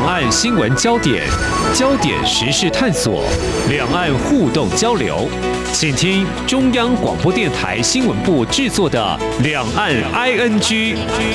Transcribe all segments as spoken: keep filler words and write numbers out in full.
岸新闻焦点、焦点时事探索、两岸互动交流，请听中央广播电台新闻部制作的《两岸 I N G》。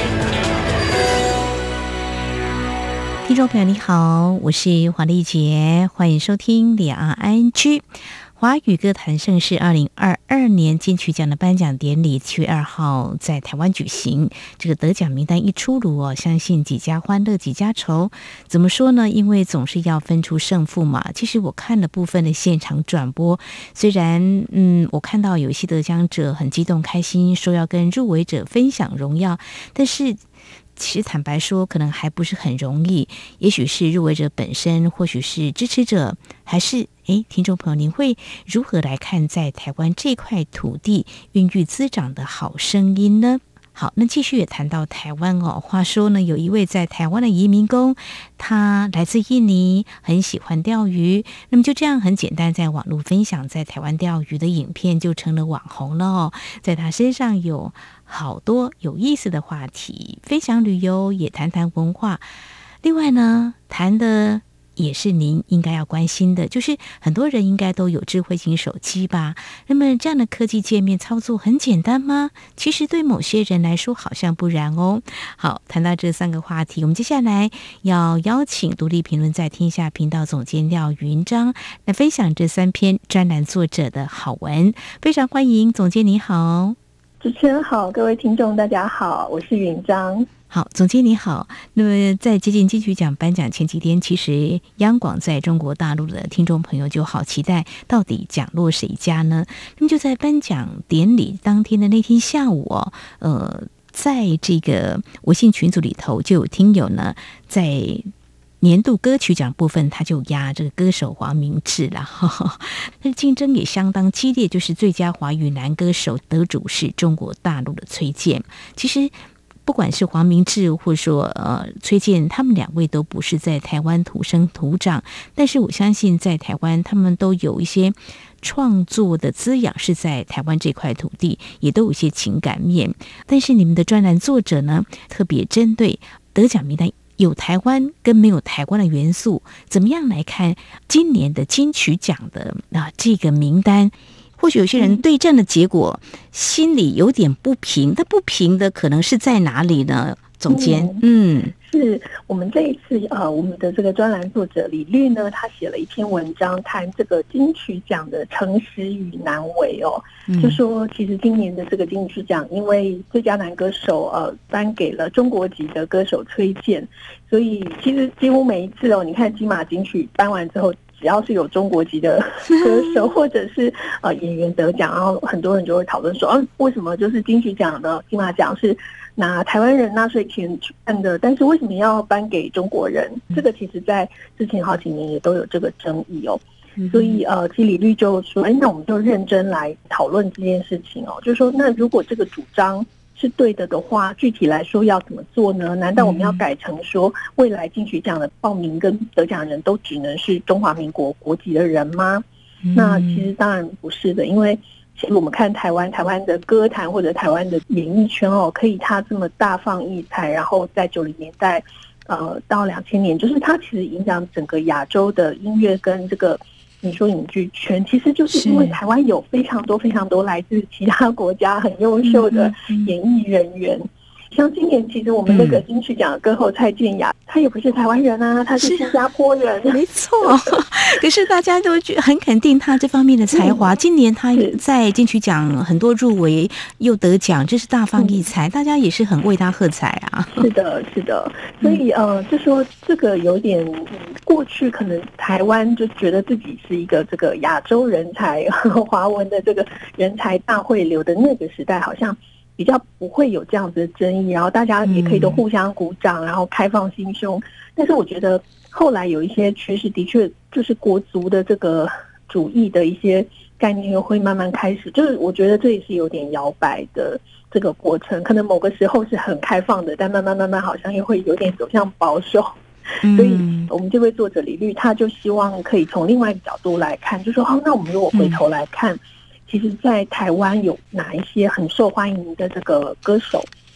听众朋友你好，我是黄丽杰，欢迎收听两岸 I N G。华语歌坛盛事二零二二年金曲奖的颁奖典礼七月二号在台湾举行，这个得奖名单一出炉哦，相信几家欢乐几家愁。怎么说呢？因为总是要分出胜负嘛。其实我看了部分的现场转播，虽然嗯，我看到有一些得奖者很激动开心，说要跟入围者分享荣耀，但是其实坦白说可能还不是很容易，也许是入围者本身，或许是支持者，还是诶听众朋友您会如何来看在台湾这块土地孕育滋长的好声音呢？好，那继续也谈到台湾哦。话说呢，有一位在台湾的移民工，他来自印尼，很喜欢钓鱼。那么就这样很简单，在网络分享在台湾钓鱼的影片，就成了网红了哦。在他身上有好多有意思的话题，分享旅游，也谈谈文化。另外呢，谈的也是您应该要关心的，就是很多人应该都有智慧型手机吧？那么这样的科技界面操作很简单吗？其实对某些人来说好像不然哦。好，谈到这三个话题，我们接下来要邀请独立评论在天下频道总监廖云章来分享这三篇专栏作者的好文。非常欢迎总监，你好。 主持人好，各位听众大家好，我是云章。 好，总监你好。那么在接近金曲奖颁奖前几天，其实央广在中国大陆的听众朋友就好期待，到底奖落谁家呢？那么就在颁奖典礼当天的那天下午哦，呃，在这个微信群组里头就有听友呢，在年度歌曲奖部分，他就压这个歌手黄明志啦，那竞争也相当激烈，就是最佳华语男歌手得主是中国大陆的崔健。其实不管是黄明志或者说呃崔健，他们两位都不是在台湾土生土长，但是我相信在台湾他们都有一些创作的滋养，是在台湾这块土地，也都有一些情感面。但是你们的专栏作者呢，特别针对得奖名单有台湾跟没有台湾的元素，怎么样来看今年的金曲奖的啊这个名单？或许有些人对这样的结果心里有点不平，但不平的可能是在哪里呢？总监，嗯， 是我们这一次呃，我们的这个专栏作者李律呢，他写了一篇文章，谈这个金曲奖的诚实与难为哦，嗯、就说其实今年的这个金曲奖，因为最佳男歌手呃颁给了中国籍的歌手崔健，所以其实几乎每一次哦，你看金马金曲颁完之后，只要是有中国籍的歌手或者是呃演员得奖，然后很多人就会讨论说，啊，为什么就是金曲奖的金马奖是拿台湾人纳税钱去办的，但是为什么要颁给中国人？这个其实在之前好几年也都有这个争议哦。所以呃，其实李律就说，哎，那我们就认真来讨论这件事情哦，就是说，那如果这个主张是对的的话，具体来说要怎么做呢？难道我们要改成说，未来金曲奖的报名跟得奖人都只能是中华民国国籍的人吗？嗯、那其实当然不是的，因为其实我们看台湾台湾的歌坛或者台湾的演艺圈哦，可以它这么大放异彩，然后在九零年代呃到两千年，就是它其实影响整个亚洲的音乐跟这个你说影剧圈，其实就是因为台湾有非常多非常多来自其他国家很优秀的演艺人员。像今年其实我们那个金曲奖的歌后蔡健雅，她也不是台湾人啊，她是新加坡人， 没错。可是大家都很肯定她这方面的才华。嗯、今年她在金曲奖很多入围又得奖，这是大放异彩，嗯、大家也是很为她喝彩啊。 是的，是的。所以呃，就说这个有点、嗯、过去可能台湾就觉得自己是一个这个亚洲人才、华文的这个人才大汇流的那个时代，好像比较不会有这样子的争议，然后大家也可以都互相鼓掌，然后开放心胸。但是我觉得后来有一些趋势，的确就是国族的这个主义的一些概念又会慢慢开始，就是我觉得这也是有点摇摆的这个过程。可能某个时候是很开放的，但慢慢慢慢好像又会有点走向保守。所以我们这位作者李律他就希望可以从另外一个角度来看，就说哦，那我们如果回头来看，其实在台湾有哪一些很受欢迎的这个歌手，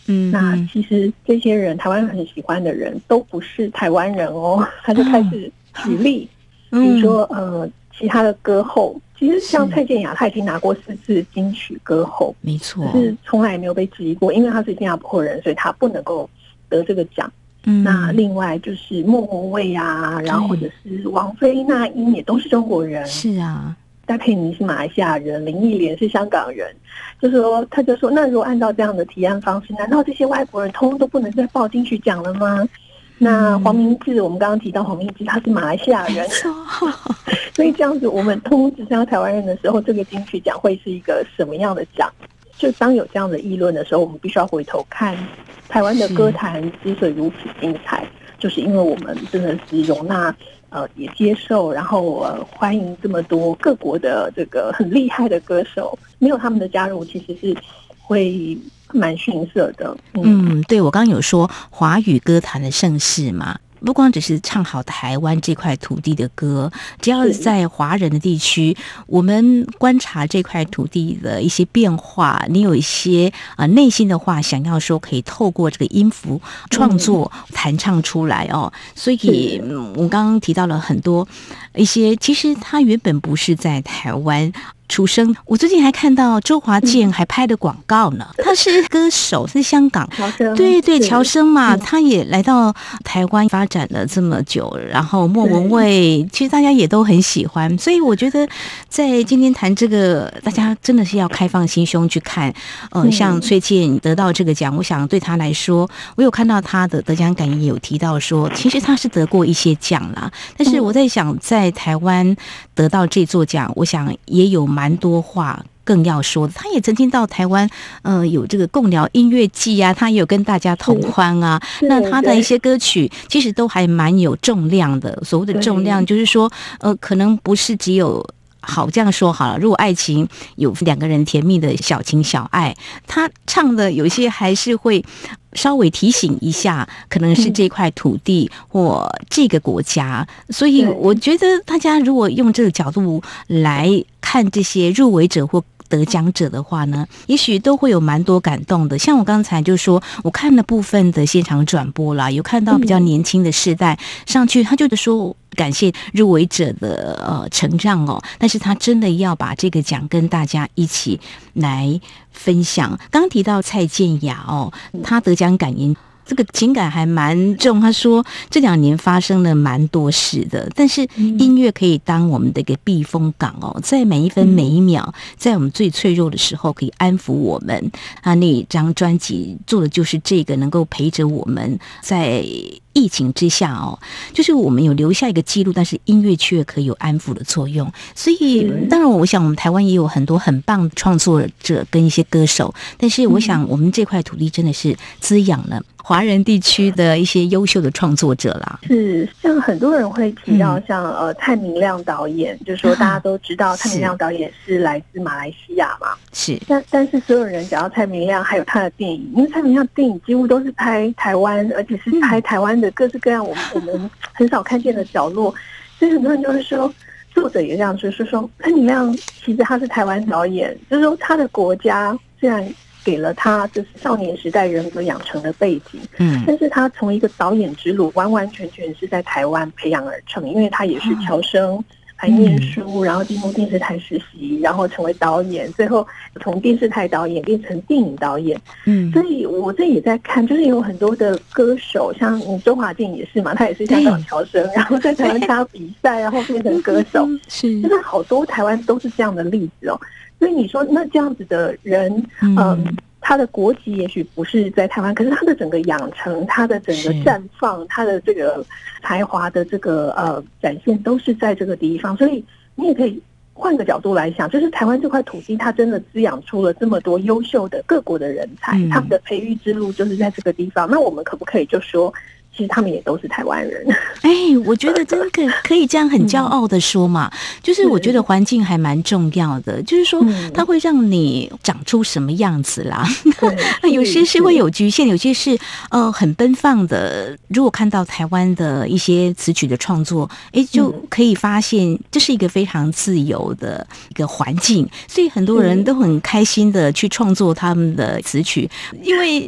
嗯， 那其实这些人台湾人很喜欢的人都不是台湾人哦，他就开始举例， 嗯、 比如说呃其他的歌后，其实像蔡健雅，她已经拿过四次金曲歌后， 没错， 可是从来没有被质疑过，因为她是新加坡人，所以她不能够得这个奖。 嗯， 那另外就是莫文蔚啊，然后或者是王菲、那英也都是中国人。 是啊， 戴佩妮是马来西亚人，林忆莲是香港人。就是说，他就说，那如果按照这样的提案方式，难道这些外国人通通都不能再报金曲奖了吗？那黄明志，我们刚刚提到黄明志，他是马来西亚人，所以这样子，我们通通只剩下台湾人的时候，这个金曲奖会是一个什么样的奖？就当有这样的议论的时候，我们必须要回头看台湾的歌坛之所以如此精彩，就是因为我们真的是容纳呃也接受，然后呃欢迎这么多各国的这个很厉害的歌手，没有他们的加入，其实是会蛮逊色的。 嗯, 嗯对，我刚刚有说华语歌坛的盛世嘛。不光只是唱好台湾这块土地的歌，只要是在华人的地区，我们观察这块土地的一些变化，你有一些啊、呃、内心的话想要说，可以透过这个音符创作、嗯、弹唱出来哦。所以、嗯、我刚刚提到了很多一些，其实他原本不是在台湾出生。我最近还看到周华健还拍的广告呢，嗯、他是歌手，是香港乔生， 对对，乔生嘛、嗯，他也来到台湾发展了这么久，然后莫文蔚，其实大家也都很喜欢，所以我觉得在今天谈这个，大家真的是要开放心胸去看。呃，嗯、像崔健得到这个奖，我想对他来说，我有看到他的得奖感言，也有提到说，其实他是得过一些奖啦，但是我在想，在台湾得到这座奖，我想也有蛮多话更要说的。他也曾经到台湾，呃，有这个共聊音乐季啊，他也有跟大家同欢啊。那他的一些歌曲其实都还蛮有重量的。所谓的重量，就是说，呃，可能不是只有。好，这样说好了。如果爱情有两个人甜蜜的小情小爱，他唱的有些还是会稍微提醒一下，可能是这块土地或这个国家。所以我觉得大家如果用这个角度来看这些入围者或得奖者的话呢，也许都会有蛮多感动的。像我刚才就说，我看了部分的现场转播啦，有看到比较年轻的世代上去，他就说感谢入围者的呃成长哦，但是他真的要把这个奖跟大家一起来分享。刚刚提到蔡健雅哦，他得奖感言。这个情感还蛮重，他说这两年发生了蛮多事的，但是音乐可以当我们的一个避风港哦，在每一分每一秒，在我们最脆弱的时候可以安抚我们。他那一张专辑做的就是这个，能够陪着我们在疫情之下哦，就是我们有留下一个记录，但是音乐却可以有安抚的作用。所以当然我想我们台湾也有很多很棒的创作者跟一些歌手，但是我想我们这块土地真的是滋养了华人地区的一些优秀的创作者啦。 是，像很多人会提到像、嗯、呃蔡明亮导演，就是说大家都知道蔡明亮导演是来自马来西亚嘛， 是， 但但是所有人讲到蔡明亮还有他的电影，因为蔡明亮电影几乎都是拍台湾，而且是拍台湾的各式各样我们我们很少看见的角落，所以很多人就会说，作者也这样说，是说蔡明亮其实他是台湾导演，就是说他的国家虽然给了他就是少年时代人格养成的背景，嗯，但是他从一个导演之路完完全全是在台湾培养而成，因为他也是侨生，还念书，然后进入电视台实习，然后成为导演，最后从电视台导演变成电影导演。嗯，所以我这也在看，就是有很多的歌手，像周华健也是嘛，他也是香港侨生，然后在台湾参加比赛，然后变成歌手，是，就是好多台湾都是这样的例子哦。所以你说那这样子的人，嗯。嗯他的国籍也许不是在台湾，可是他的整个养成，他的整个绽放，他的这个才华的这个呃展现，都是在这个地方。所以你也可以换个角度来想，就是台湾这块土地，它真的滋养出了这么多优秀的各国的人才，嗯、他们的培育之路就是在这个地方。那我们可不可以就说，其实他们也都是台湾人？ 哎，我觉得真的可以这样很骄傲的说嘛，嗯、就是我觉得环境还蛮重要的，就是说它会让你长出什么样子啦。嗯、有些是会有局限，有些是呃很奔放的。如果看到台湾的一些词曲的创作，哎，就可以发现这是一个非常自由的一个环境，所以很多人都很开心的去创作他们的词曲，因为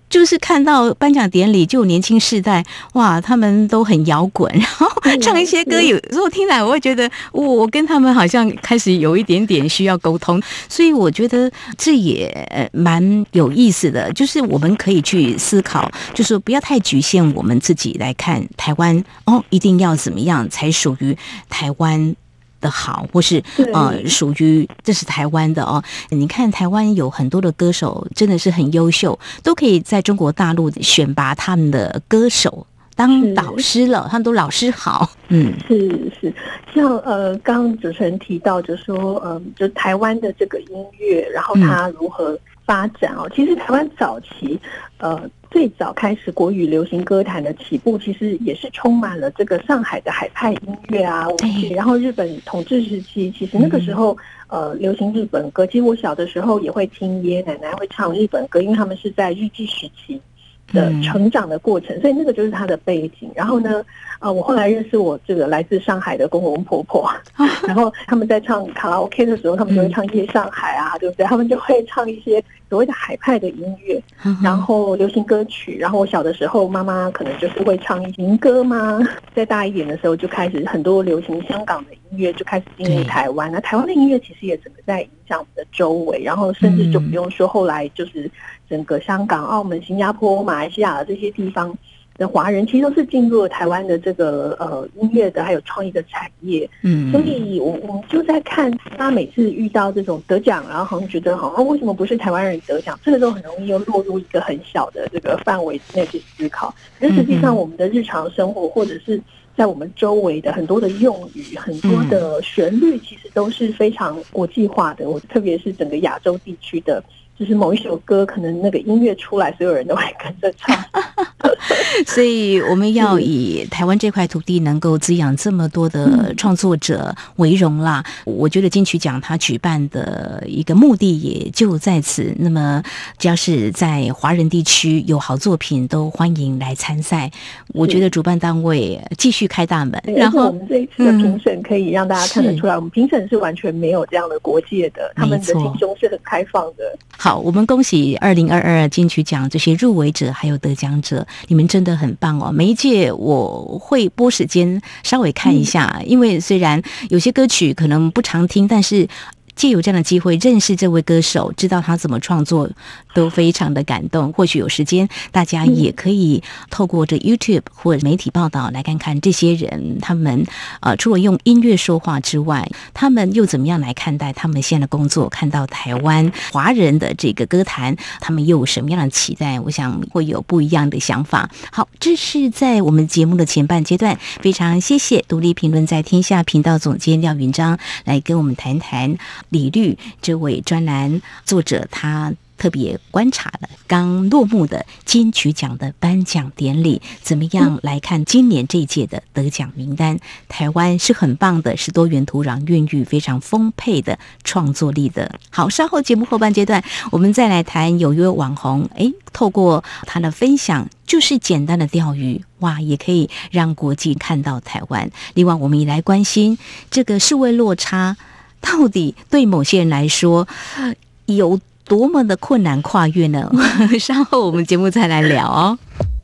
就是看到颁奖典礼就有年轻世代，哇，他们都很摇滚，然后唱一些歌，有时候听来我会觉得我跟他们好像开始有一点点需要沟通，所以我觉得这也蛮有意思的，就是我们可以去思考，就是不要太局限我们自己来看台湾哦，一定要怎么样才属于台湾的好，或是呃属于这是台湾的哦。你看台湾有很多的歌手真的是很优秀，都可以在中国大陆选拔他们的歌手当导师了，他们都老师好。嗯， 是是，像呃，刚刚主持人提到，就说嗯、呃，就台湾的这个音乐，然后它如何发展哦？嗯、其实台湾早期呃最早开始国语流行歌坛的起步，其实也是充满了这个上海的海派音乐啊，然后日本统治时期，其实那个时候、嗯、呃流行日本歌。其实我小的时候也会听爷爷奶奶会唱日本歌，因为他们是在日治时期的成长的过程，嗯、所以那个就是他的背景。然后呢，呃，我后来认识我这个来自上海的公公婆婆，然后他们在唱卡拉 OK 的时候，他们就会唱《夜上海》啊，嗯、对不对？他们就会唱一些所谓的海派的音乐，嗯、然后流行歌曲。然后我小的时候，妈妈可能就是会唱一些民歌嘛。再大一点的时候，就开始很多流行香港的音乐就开始进入台湾。那台湾的音乐其实也整个在影响我们的周围，然后甚至就不用说，后来就是整个香港、澳门、新加坡、马来西亚这些地方的华人，其实都是进入了台湾的这个呃音乐的还有创意的产业。嗯，所以我我们就在看他每次遇到这种得奖，然后好像觉得好像为什么不是台湾人得奖，这个都很容易又落入一个很小的这个范围之内去思考。但实际上我们的日常生活或者是在我们周围的很多的用语、很多的旋律，其实都是非常国际化的。我特别是整个亚洲地区的，就是某一首歌，可能那个音乐出来，所有人都会跟着唱。 所以我们要以台湾这块土地能够滋养这么多的创作者为荣啦。我觉得金曲奖它举办的一个目的也就在此。那么只要是在华人地区有好作品，都欢迎来参赛。我觉得主办单位继续开大门， 然后我们这一次的评审可以让大家看得出来，嗯、我们评审是完全没有这样的国界的，他们的心胸是很开放的。 好，我们恭喜二零二二金曲奖这些入围者还有得奖者，你们真的很棒哦！每一届我会拨时间稍微看一下，嗯、因为虽然有些歌曲可能不常听，但是藉由这样的机会认识这位歌手，知道他怎么创作，都非常的感动。或许有时间，大家也可以透过这 YouTube 或者媒体报道来看看这些人，他们呃除了用音乐说话之外，他们又怎么样来看待他们现在的工作？看到台湾华人的这个歌坛，他们又有什么样的期待？我想会有不一样的想法。好，这是在我们节目的前半阶段，非常谢谢独立评论在天下频道总监廖云章来跟我们谈谈李律这位专栏作者，他特别观察了刚落幕的金曲奖的颁奖典礼，怎么样来看今年这一届的得奖名单？台湾是很棒的，是多元土壤孕育非常丰沛的创作力的。好，稍后节目后半阶段，我们再来谈有一位网红，诶，透过他的分享，就是简单的钓鱼，哇，也可以让国际看到台湾。另外，我们也来关心这个数位落差。到底对某些人来说有多么的困难跨越呢？稍后我们节目再来聊哦。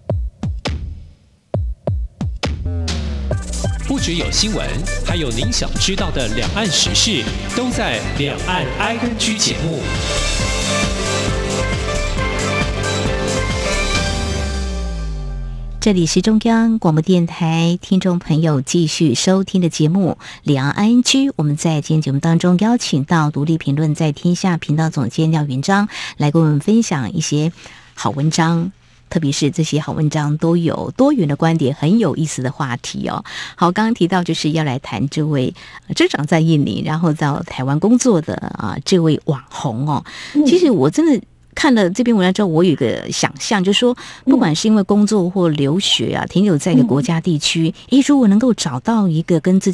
不只有新闻，还有您想知道的两岸时事，都在《两岸 I N G》节目。 这里是中央广播电台听众朋友继续收听的节目两岸 I N G。 我们在今天节目当中邀请到独立评论在天下频道总监廖云章来跟我们分享一些好文章，特别是这些好文章都有多元的观点，很有意思的话题哦。好，刚刚提到就是要来谈这位生长在印尼然后到台湾工作的啊这位网红哦。其实我真的看了这篇文章之后，我有一个想象，就是说不管是因为工作或留学啊，停留在一个国家地区，诶，如果能够找到一个跟自己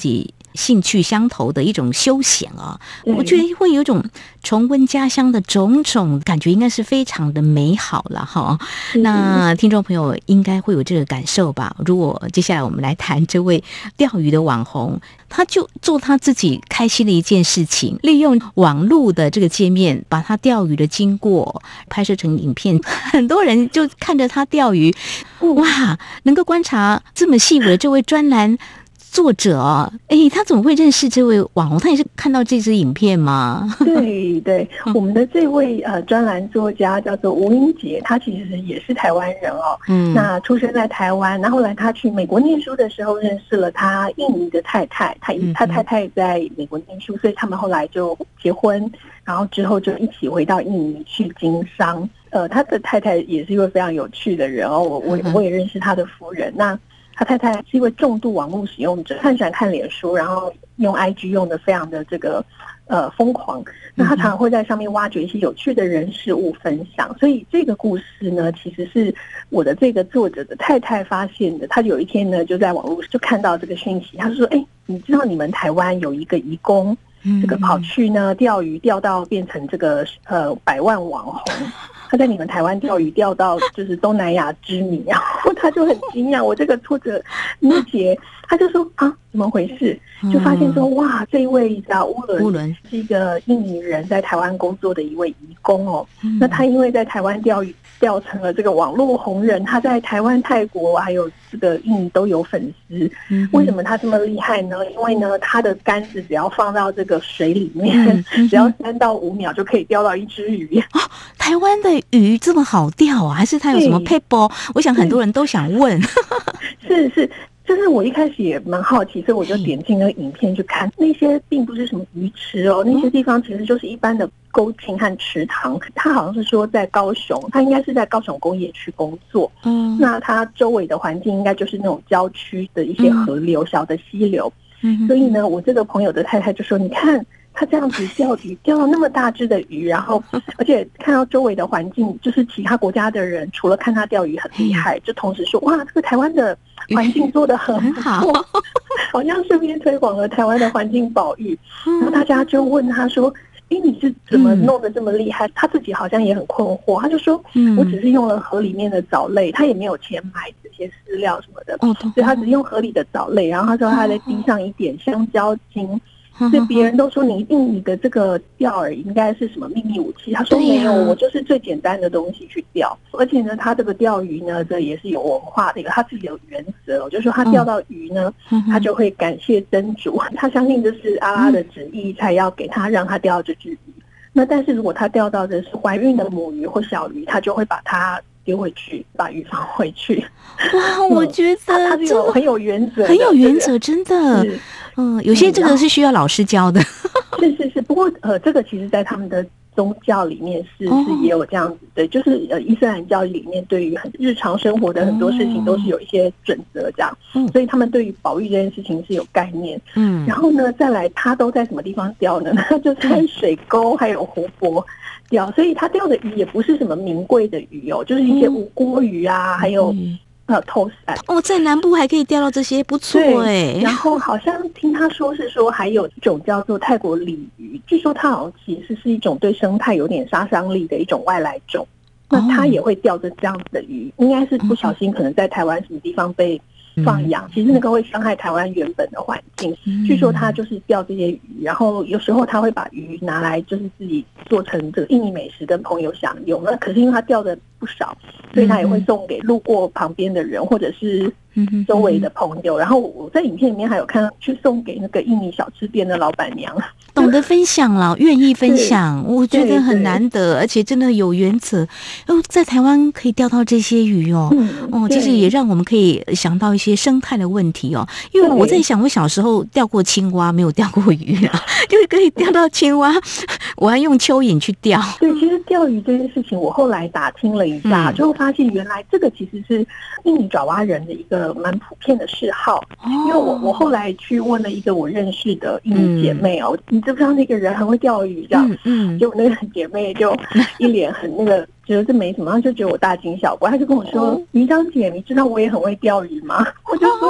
兴趣相投的一种休闲啊，我觉得会有一种重温家乡的种种感觉，应该是非常的美好了哈。那听众朋友应该会有这个感受吧？如果接下来我们来谈这位钓鱼的网红，他就做他自己开心的一件事情，利用网络的这个界面，把他钓鱼的经过拍摄成影片，很多人就看着他钓鱼，哇，能够观察这么细微的这位专栏作者哦，哎，他怎么会认识这位网红？他也是看到这支影片吗？ 对对，我们的这位呃专栏作家叫做吴英杰，他其实也是台湾人哦。嗯，那出生在台湾，那后来他去美国念书的时候，认识了他印尼的太太，他他太太在美国念书，所以他们后来就结婚，然后之后就一起回到印尼去经商。呃，他的太太也是一位非常有趣的人哦，我我我也认识他的夫人。那他太太是一位重度网络使用者，他很喜欢看脸书，然后用 I G 用的非常的这个呃疯狂。那他常常会在上面挖掘一些有趣的人事物分享，所以这个故事呢，其实是我的这个作者的太太发现的。他有一天呢，就在网络就看到这个讯息，他就说：“哎，你知道你们台湾有一个移工，这个跑去呢钓鱼，钓到变成这个呃百万网红。”他在你们台湾钓鱼钓到就是东南亚知名，然后他就很惊讶。我这个作者妮姐，他就说啊，怎么回事？就发现说哇，这一位叫乌伦，乌伦是一个印尼人，在台湾工作的一位移工哦。嗯、那他因为在台湾钓鱼钓成了这个网络红人，他在台湾、泰国还有这个印尼都有粉丝。嗯、为什么他这么厉害呢？因为呢，他的竿子只要放到这个水里面，嗯、只要三到五秒就可以钓到一只鱼。 哦，台湾的鱼这么好钓啊？还是他有什么撇步？我想很多人都想问。 是是。就是我一开始也蛮好奇，所以我就点进那个影片去看，那些并不是什么鱼池哦，那些地方其实就是一般的沟径和池塘。他好像是说在高雄，他应该是在高雄工业区工作。嗯，那他周围的环境应该就是那种郊区的一些河流、小的溪流。嗯，所以呢，我这个朋友的太太就说：“你看。”他这样子钓鱼，钓到那么大只的鱼，然后而且看到周围的环境，就是其他国家的人除了看他钓鱼很厉害，就同时说哇，这个台湾的环境做得很好，好像顺便推广了台湾的环境保育。然后大家就问他说：“哎，你是怎么弄得这么厉害？”他自己好像也很困惑，他就说：“我只是用了河里面的藻类，他也没有钱买这些饲料什么的，所以他只用河里的藻类。然后他说他再滴上一点香蕉精。”所以别人都说你一定你的这个钓饵应该是什么秘密武器，他说没有，我就是最简单的东西去钓。而且呢，他这个钓鱼呢，这也是有文化的一个，他自己有原则，就是说他钓到鱼呢，他就会感谢真主，他相信这是阿拉的旨意，才要给他让他钓到这只鱼。那但是如果他钓到的是怀孕的母鱼或小鱼，他就会把它丢回去，把鱼放回去。 哇，我觉得他是有很有原则， 很有原则，真的。嗯，有些这个是需要老师教的。 是是是，不过呃，这个其实在他们的宗教里面是、哦、是也有这样子的，就是呃伊斯兰教里面对于很日常生活的很多事情都是有一些准则这样，嗯、所以他们对于保育这件事情是有概念。嗯，然后呢，再来他都在什么地方钓呢？他就在水沟还有湖泊钓，所以他钓的鱼也不是什么名贵的鱼哦，就是一些无锅鱼啊，嗯、还有。呃，透伞哦，在南部还可以钓到这些，不错哎。 然后好像听他说是说还有一种叫做泰国鲤鱼，据说它好像其实是一种对生态有点杀伤力的一种外来种。那他也会钓着这样子的鱼，应该是不小心可能在台湾什么地方被放养，其实那个会伤害台湾原本的环境。据说他就是钓这些鱼，然后有时候他会把鱼拿来就是自己做成这个印尼美食跟朋友享用。那可是因为他钓的不少，所以他也会送给路过旁边的人或者是周围的朋友。然后我在影片里面还有看到去送给那个印尼小吃店的老板娘， 懂得分享了，愿意分享，我觉得很难得，而且真的有原则。哦，在台湾可以钓到这些鱼哦，嗯、哦，其实也让我们可以想到一些生态的问题哦。因为我在想，我小时候钓过青蛙，没有钓过鱼啊，就是可以钓到青蛙，我还用蚯蚓去钓。 对，其实钓鱼这件事情，我后来打听了一下，嗯、就发现原来这个其实是印尼爪哇人的一个蛮普遍的嗜好。哦、因为我我后来去问了一个我认识的印尼姐妹哦，嗯、你知不知道那个人很会钓鱼？这样，嗯，结果那个姐妹就一脸很那个。觉得这没什么，他就觉得我大惊小怪，他就跟我说：“于章姐，你知道我也很会钓鱼吗？”我就说我不知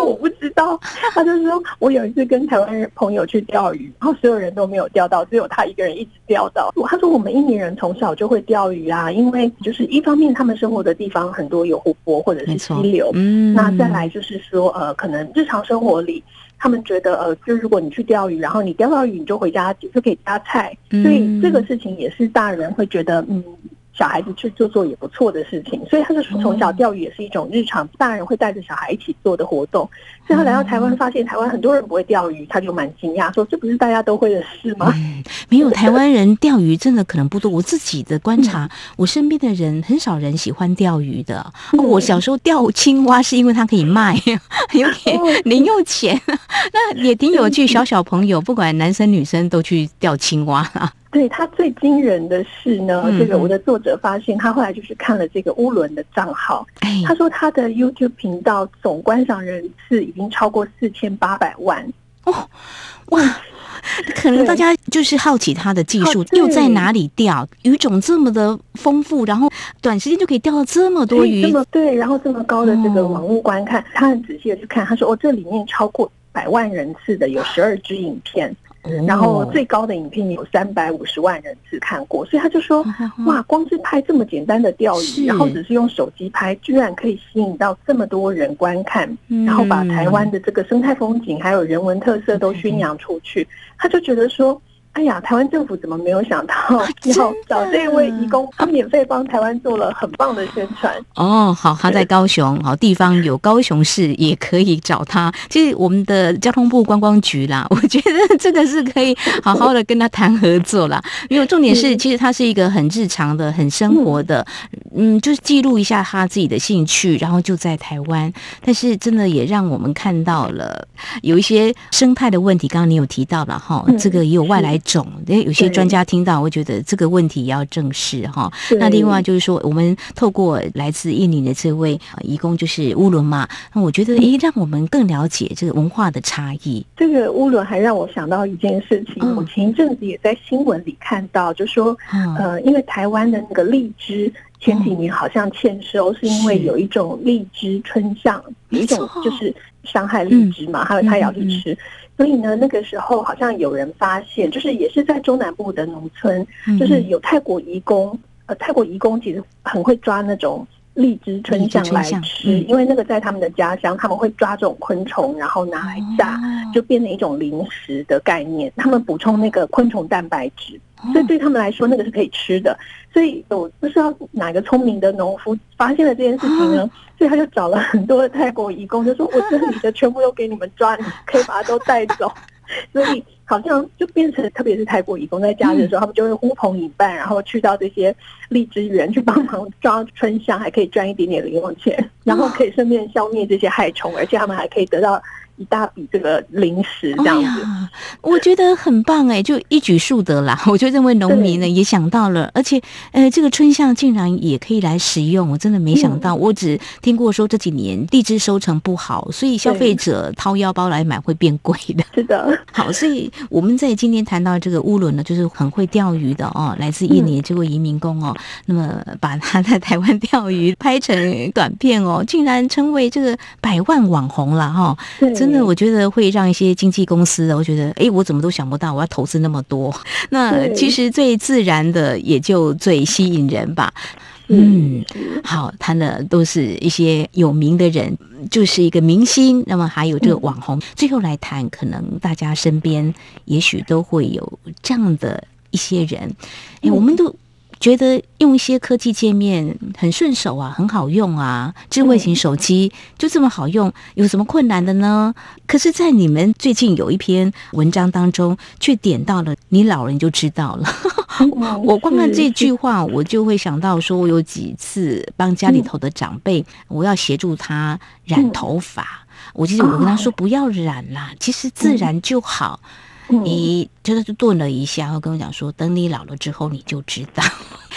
知道。他就说我有一次跟台湾人朋友去钓鱼，然后所有人都没有钓到，只有他一个人一直钓到。他说我们印尼人从小就会钓鱼啊，因为就是一方面他们生活的地方很多有湖泊或者是溪流，嗯，那再来就是说呃，可能日常生活里他们觉得呃，就如果你去钓鱼，然后你钓到鱼你就回家就可以夹菜，所以这个事情也是大人会觉得嗯。小孩子去做做也不错的事情，所以他就说从小钓鱼也是一种日常大人会带着小孩一起做的活动。所以他来到台湾发现台湾很多人不会钓鱼，他就蛮惊讶说这不是大家都会的事吗？ 嗯，没有，台湾人钓鱼真的可能不多。我自己的观察，嗯，我身边的人很少人喜欢钓鱼的，嗯哦，我小时候钓青蛙是因为它可以卖，有点零用钱，那也挺有趣。小小朋友不管男生女生都去钓青蛙啊。 对，他最惊人的是呢，嗯，这个我的作者发现，他后来就是看了这个乌伦的账号，哎，他说他的 YouTube 频道总观赏人次已经超过四千八百万哦，哇！可能大家就是好奇他的技术又在哪里钓，鱼种这么的丰富，然后短时间就可以钓到这么多鱼， 这么对，然后这么高的这个网络观看，哦，他很仔细的去看，他说哦，这里面超过百万人次的有十二支影片。然后最高的影片有三百五十万人次看过，所以他就说，哇，光是拍这么简单的钓鱼，然后只是用手机拍，居然可以吸引到这么多人观看，然后把台湾的这个生态风景还有人文特色都宣扬出去，他就觉得说，哎呀，台湾政府怎么没有想到要找这位移工，他免费帮台湾做了很棒的宣传。 哦，好，他在高雄，好，地方有高雄市也可以找他。其实我们的交通部观光局啦，我觉得这个是可以好好的跟他谈合作啦。因为重点是，其实他是一个很日常的、很生活的，嗯，就是记录一下他自己的兴趣，然后就在台湾。但是真的也让我们看到了有一些生态的问题，刚刚你有提到了哈，这个也有外来种，有些专家听到，我觉得这个问题也要正视哈。那另外就是说，我们透过来自印尼的这位移工，就是乌伦嘛，那我觉得诶，让我们更了解这个文化的差异。 这个乌伦还让我想到一件事情，嗯，我前一阵子也在新闻里看到，就说，嗯，呃，因为台湾的那个荔枝前几年好像欠收，是因为有一种荔枝春象，有一种就是伤害荔枝嘛，还有它也要去吃。所以呢，那个时候好像有人发现，就是也是在中南部的农村，就是有泰国移工，呃，泰国移工其实很会抓那种荔枝春象来吃，因为那个在他们的家乡，他们会抓这种昆虫，然后拿来炸，就变成一种零食的概念，他们补充那个昆虫蛋白质。所以对他们来说，那个是可以吃的。所以我不知道哪个聪明的农夫发现了这件事情呢，所以他就找了很多的泰国移工，就说我这里的全部都给你们抓，你可以把它都带走。所以好像就变成，特别是泰国移工在假日的时候，他们就会呼朋引伴，然后去到这些荔枝园去帮忙抓春象，还可以赚一点点零用钱，然后可以顺便消灭这些害虫，而且他们还可以得到一大笔这个零食这样子， 哎，我觉得很棒哎，就一举数得啦。我就认为农民呢也想到了，而且呃，这个春象竟然也可以来食用，我真的没想到。嗯，我只听过说这几年荔枝收成不好，所以消费者掏腰包来买会变贵的。 是的， 好，所以我们在今天谈到这个乌伦呢，就是很会钓鱼的哦，来自印尼的这位移民工哦，嗯，那么把他在台湾钓鱼拍成短片哦，竟然成为这个百万网红了哈，哦，真的我觉得会让一些经纪公司，我觉得哎，我怎么都想不到我要投资那么多。那其实最自然的也就最吸引人吧。嗯，好，谈的都是一些有名的人，就是一个明星，那么还有这个网红。嗯，最后来谈，可能大家身边也许都会有这样的一些人，哎，我们都觉得用一些科技界面很顺手啊，很好用啊，智慧型手机就这么好用，有什么困难的呢？可是在你们最近有一篇文章当中却点到了你老人就知道了。我光看这句话我就会想到说，我有几次帮家里头的长辈，我要协助他染头发，我其实我跟他说不要染啦，其实自然就好。你就是顿了一下，然后跟我讲说，等你老了之后你就知道。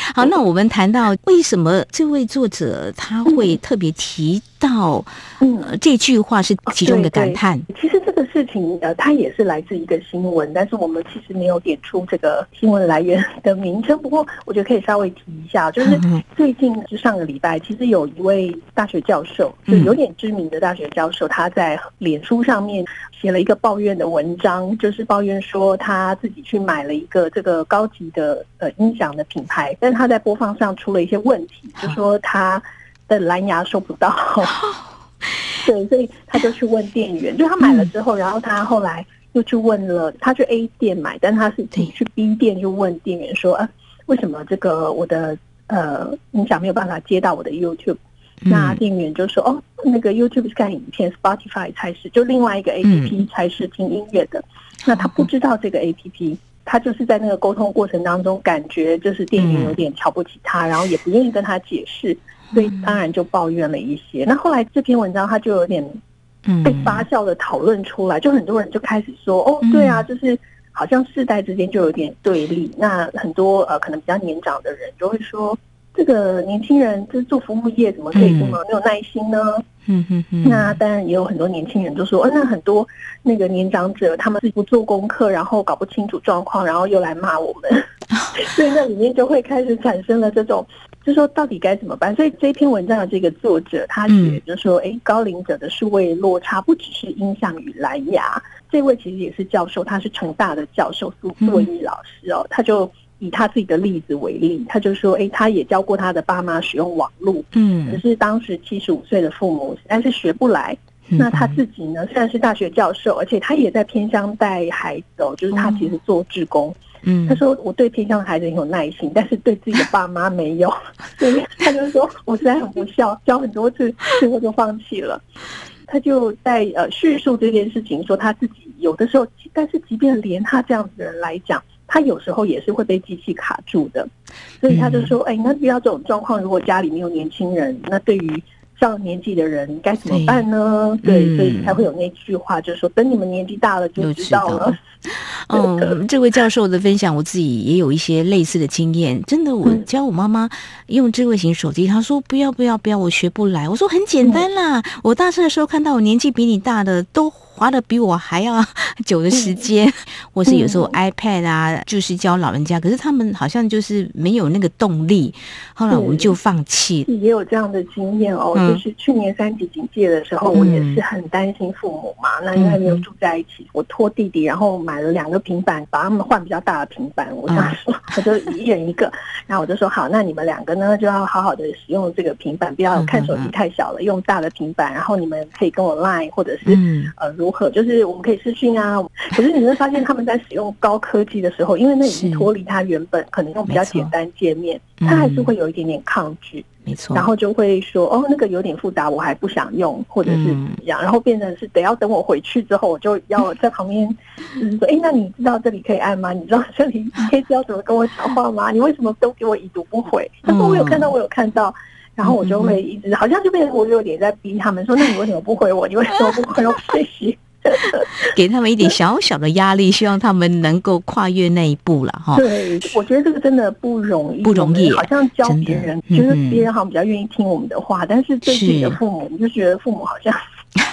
好，那我们谈到为什么这位作者他会特别提到，嗯、呃，这句话是其中的感叹。 对对，其实这个事情，呃，它也是来自一个新闻，但是我们其实没有点出这个新闻来源的名称。不过，我觉得可以稍微提一下，就是最近就上个礼拜，其实有一位大学教授，就有点知名的大学教授，他在脸书上面写了一个抱怨的文章，就是抱怨说他自己去买了一个这个高级的呃音响的品牌，但是他在播放上出了一些问题，就说他的蓝牙收不到。对，所以他就去问店员，就他买了之后，然后他后来又去问了，他去 A 店买，但他是自己去 B 店就问店员说，啊，为什么这个我的呃音响没有办法接到我的 YouTube？那店员就说，哦，那个 YouTube 是看影片 ，Spotify 才是，就另外一个 A P P 才是听音乐的。那他不知道这个 A P P， 他就是在那个沟通过程当中，感觉就是店员有点瞧不起他，然后也不愿意跟他解释，所以当然就抱怨了一些。那后来这篇文章他就有点被发酵的讨论出来，就很多人就开始说，哦，对啊，就是好像世代之间就有点对立。那很多呃可能比较年长的人就会说，这个年轻人就是做服务业怎么可以这么没有耐心呢？嗯嗯嗯。那当然也有很多年轻人就说，哦，那很多那个年长者他们是不做功课，然后搞不清楚状况，然后又来骂我们，所以那里面就会开始产生了这种，就说到底该怎么办？所以这篇文章的这个作者他写就说，哎、嗯，高龄者的数位落差不只是音响与蓝牙，这位其实也是教授，他是成大的教授苏苏文义老师哦，他就以他自己的例子为例，他就说，哎，他也教过他的爸妈使用网络，嗯，可是当时七十五岁的父母实在是学不来。那他自己呢，虽然是大学教授，而且他也在偏乡带孩子哦，就是他其实做志工。嗯，他说我对偏乡的孩子很有耐心，但是对自己的爸妈没有，所以他就说我实在很不孝，教很多次，最后就放弃了。他就在呃叙述这件事情，说他自己有的时候，但是即便连他这样子的人来讲，他有时候也是会被机器卡住的，所以他就说，哎，那遇到这种状况，如果家里没有年轻人，那对于上年纪的人该怎么办呢？对，对，所以才会有那句话，就是说等你们年纪大了就知道了。 嗯，这位教授的分享，我自己也有一些类似的经验。真的，我教我妈妈用智慧型手机，她说不要不要不要，我学不来。我说很简单啦，嗯、我大车的时候看到我年纪比你大的都滑得比我还要久的时间，嗯、或是有时候 iPad 啊，就是教老人家，可是他们好像就是没有那个动力，后来我们就放弃。 也有这样的经验哦，嗯、就是去年三级警戒的时候，我也是很担心父母嘛，嗯、那因为没有住在一起，我托弟弟，然后买了两个平板，把他们换比较大的平板，我这样说，我就一人一个，然后我就说好，那你们两个呢就要好好的使用这个平板，不要看手机太小了，用大的平板，然后你们可以跟我 Line 或者是、嗯、呃如何，就是我们可以视讯啊。可是你会发现他们在使用高科技的时候，因为那已经脱离他原本可能用比较简单界面，他还是会有一点点抗拒。 没错， 然后就会说哦，那个有点复杂，我还不想用，或者是怎么样，嗯、然后变成是得要等我回去之后，我就要在旁边，就是说，哎，那你知道这里可以按吗？你知道这里可以知道怎么跟我讲话吗？你为什么都给我已读不回？他说我有看到，我有看到。然后我就会一直好像就变成我有点在逼他们说，那你为什么不回我？你为什么不回我讯息？ 给他们一点小小的压力，希望他们能够跨越那一步了哈。 对，我觉得这个真的不容易， 不容易。 好像教别人，觉得别人好像比较愿意听我们的话，嗯、但是对自己的父母，你就觉得父母好像。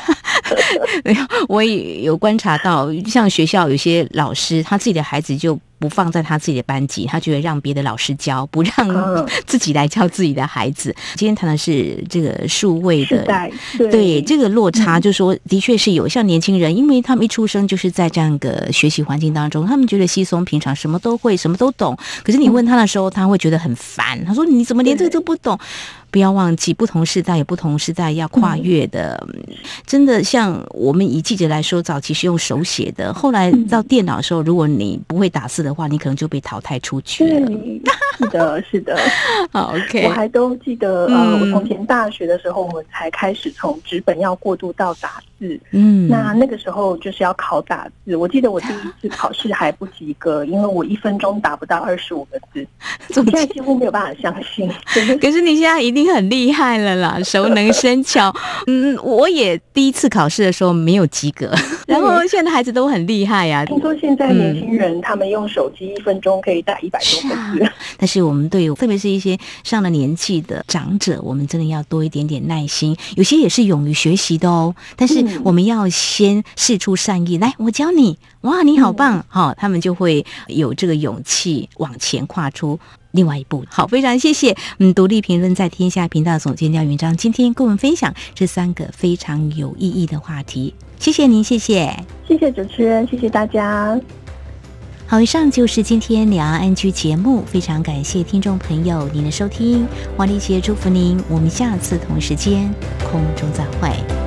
我也有观察到，像学校有些老师，他自己的孩子就不放在他自己的班级，他觉得让别的老师教，不让自己来教自己的孩子。嗯、今天谈的是这个数位的， 对, 对这个落差，就说的确是有。像年轻人，因为他们一出生就是在这样一个学习环境当中，他们觉得稀松平常，什么都会，什么都懂。可是你问他的时候，他会觉得很烦，他说你怎么连这个都不懂？不要忘记，不同世代有不同世代要跨越的。嗯、真的，像我们以记者来说，早期是用手写的，后来到电脑的时候，如果你不会打字的话，你可能就被淘汰出去了。 对，是的，是的。 好 ，OK。 我还都记得，呃，我从前大学的时候，我们才开始从纸本要过渡到打字。 嗯， 那那个时候就是要考打字，我记得我第一次考试还不及格，因为我一分钟达不到二十五个字，我现在几乎没有办法相信。 可是你现在一定很厉害了啦，熟能生巧。嗯，我也第一次考试的时候没有及格，然后现在孩子都很厉害呀、啊。 听说现在年轻人、嗯、他们用手机一分钟可以打一百多个字、啊， 但是我们对特别是一些上了年纪的长者，我们真的要多一点点耐心，有些也是勇于学习的哦。但是我们要先释出善意，来，我教你，哇，你好棒，好、嗯哦，他们就会有这个勇气往前跨出另外一步。好，非常谢谢嗯，独立评论在天下频道总监廖元璋今天跟我们分享这三个非常有意义的话题，谢谢您，谢谢， 谢谢主持人，谢谢大家。 好，以上就是今天两岸安居节目，非常感谢听众朋友您的收听，王丽杰祝福您，我们下次同时间空中再会。